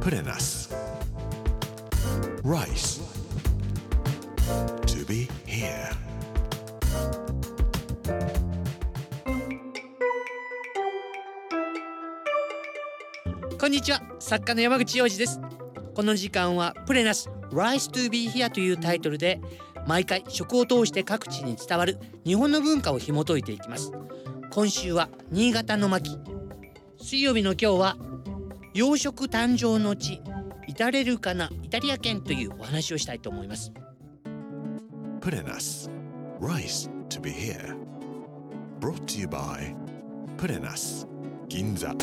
Put in us Rice to be here. こんにちは、作家の山口洋二です。この時間はプレナス Rice to be here というタイトルで毎回食を通して各地に伝わる日本の文化を紐解いていきます。今週は新潟の巻、水曜日の今日は洋食誕生の地至れるかなイタリア圏というお話をしたいと思います。 Put in us Rice to be here. Brought to you by Put in us 銀座。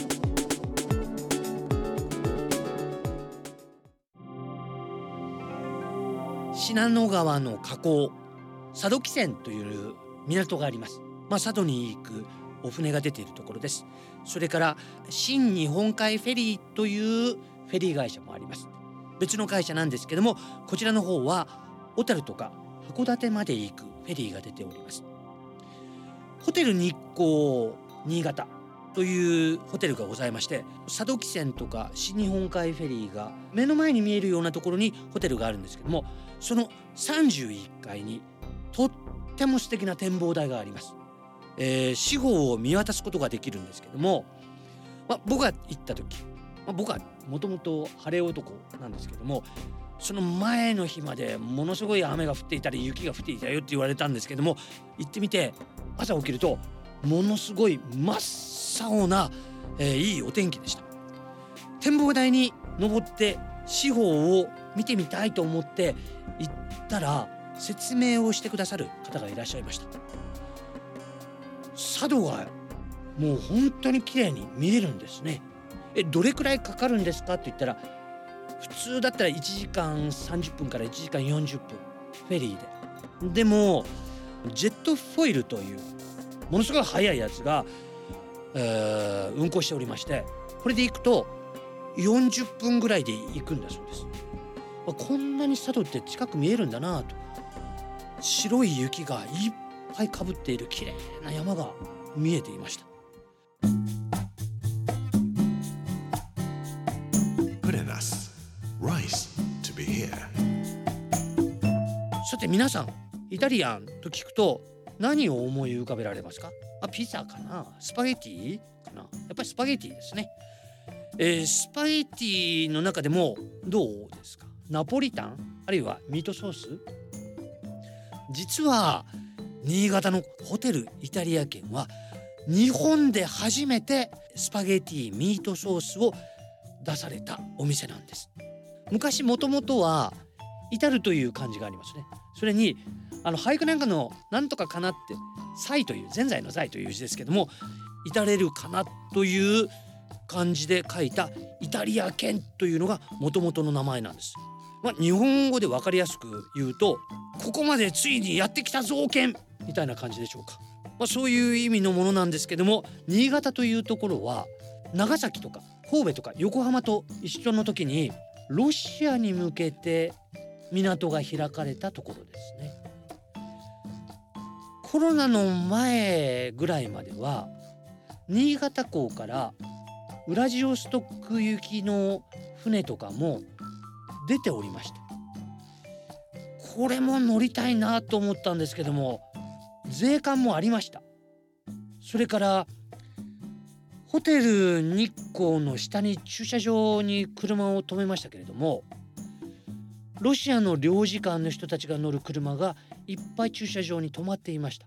信濃川の河口、佐渡汽船という港があります。佐渡に行くお船が出ているところです。それから新日本海フェリーというフェリー会社もあります。別の会社なんですけども、こちらの方は小樽とか函館まで行くフェリーが出ております。ホテル日光新潟というホテルがございまして、佐渡汽船とか新日本海フェリーが目の前に見えるようなところにホテルがあるんですけども、その31階にとっても素敵な展望台があります。四方を見渡すことができるんですけども、僕が行った時、僕はもともと晴れ男なんですけども、その前の日までものすごい雨が降っていたり雪が降っていたよって言われたんですけども、行ってみて朝起きるとものすごい真っ青な、いいお天気でした。展望台に登って四方を見てみたいと思って行ったら、説明をしてくださる方がいらっしゃいました。佐渡がもう本当に綺麗に見えるんですね。どれくらいかかるんですかって言ったら、普通だったら1時間30分から1時間40分フェリーで、でもジェットフォイルというものすごい速いやつが、運行しておりまして、これで行くと40分ぐらいで行くんだそうです。こんなに佐渡って近く見えるんだなと。白い雪がいっぱいかぶっている綺麗な山が見えていました。 Put in us Rice to be here. さて皆さん、イタリアンと聞くと何を思い浮かべられますか？ピザかな、スパゲティかな。やっぱりスパゲティですね。スパゲティの中でもどうですか？ナポリタン、あるいはミートソース。実は新潟のホテルイタリア圏は日本で初めてスパゲティミートソースを出されたお店なんです。昔もともとは至るという漢字がありますね。それに俳句なんかのなんとかかなって、在というぜんざいの在という字ですけども、至れるかなという漢字で書いたイタリア圏というのがもともとの名前なんです。日本語で分かりやすく言うと、ここまでついにやってきたぞ県みたいな感じでしょうか。そういう意味のものなんですけども、新潟というところは長崎とか神戸とか横浜と一緒の時にロシアに向けて港が開かれたところですね。コロナの前ぐらいまでは新潟港からウラジオストック行きの船とかも出ておりました。これも乗りたいなと思ったんですけども、税関もありました。それからホテル日光の下に駐車場に車を止めましたけれども、ロシアの領事館の人たちが乗る車がいっぱい駐車場に止まっていました。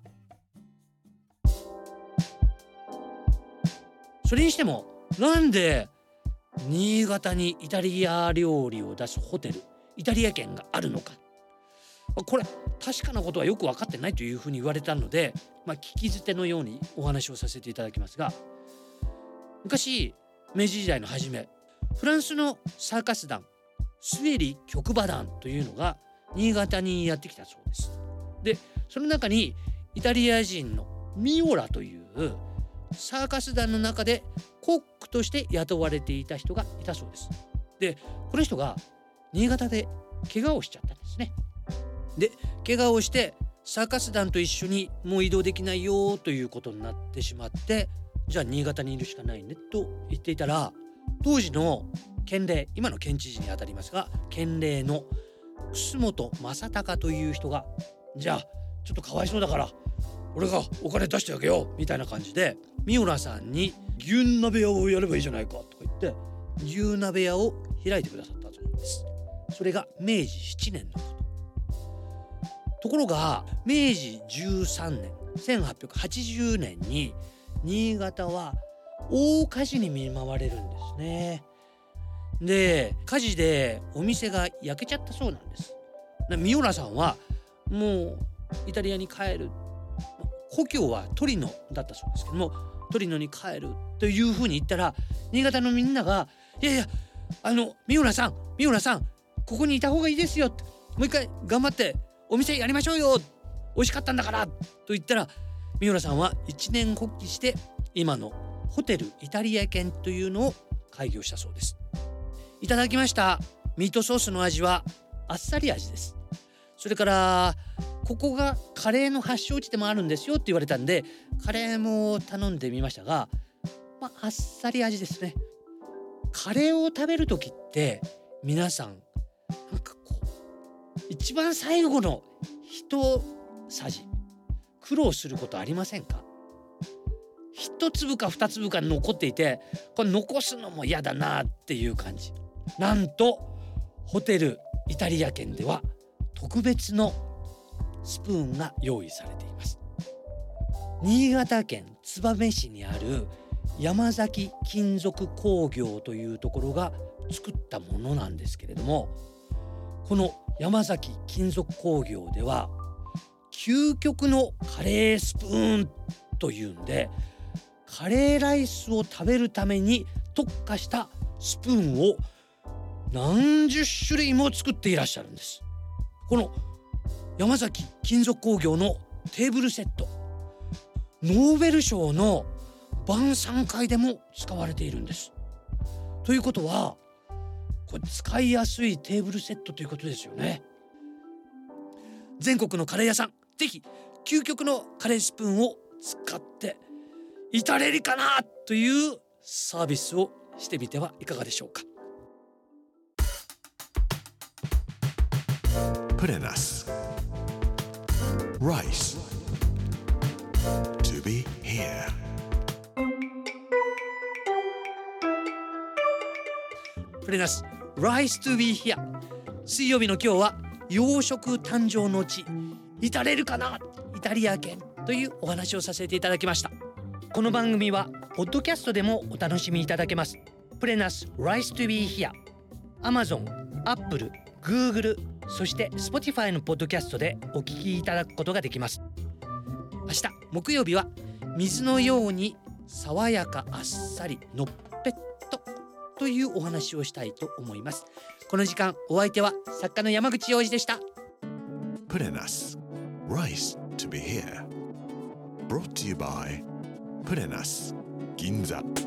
それにしてもなんで新潟にイタリア料理を出すホテルイタリア圏があるのか、これ確かなことはよく分かってないというふうに言われたので、聞き捨てのようにお話をさせていただきますが、昔明治時代の初め、フランスのサーカス団スエリ局馬団というのが新潟にやってきたそうです。でその中にイタリア人のミオラというサーカス団の中でコックとして雇われていた人がいたそうです。でこの人が新潟で怪我をしちゃったんですね。で怪我をしてサーカス団と一緒にもう移動できないよということになってしまって、じゃあ新潟にいるしかないねと言っていたら、 当時の県令、今の県知事にあたりますが、県令の楠本正隆という人が、じゃあちょっとかわいそうだから俺がお金出してあげようみたいな感じで、三浦さんに牛鍋屋をやればいいじゃないかとか言って牛鍋屋を開いてくださったそうです。それが明治7年のこと。ところが明治13年1880年に新潟は大火事に見舞われるんですね。で、火事でお店が焼けちゃったそうなんです。三浦さんはもうイタリアに帰る、故郷はトリノだったそうですけども、トリノに帰るというふうに言ったら、新潟のみんながいやいや、三浦さんここにいた方がいいですよって、もう一回頑張ってお店やりましょうよ、美味しかったんだからと言ったら、三浦さんは一念発起して今のホテルイタリア軒というのを開業したそうです。いただきましたミートソースの味はあっさり味です。それからここがカレーの発祥地でもあるんですよって言われたんで、カレーも頼んでみましたが、あっさり味ですね。カレーを食べる時って皆さんなんかこう一番最後の一さじ苦労することありませんか？一粒か二粒か残っていて、これ残すのも嫌だなっていう感じ。なんとホテルイタリア軒では特別のスプーンが用意されています。新潟県燕市にある山崎金属工業というところが作ったものなんですけれども、この山崎金属工業では究極のカレースプーンというんで、カレーライスを食べるために特化したスプーンを何十種類も作っていらっしゃるんです。この山崎金属工業のテーブルセット、ノーベル賞の晩餐会でも使われているんです。ということはこれ使いやすいテーブルセットということですよね。全国のカレー屋さん、ぜひ究極のカレースプーンを使って至れりかなというサービスをしてみてはいかがでしょうか。 プレナス Rice to be here。 プレナス Rice to be here。 水曜日の今日は洋食誕生の地、至れるかなイタリア軒というお話をさせていただきました。この番組はポッドキャストでもお楽しみいただけます。プレナス Rice to be here、 Amazon、Apple、Google、そして Spotify のポッドキャストでお聞きいただくことができます。明日木曜日は水のように爽やかあっさりのっぺっとというお話をしたいと思います。この時間お相手は作家の山口洋二でした。 プレナス Rice to be here Brought to you by プレナス銀座。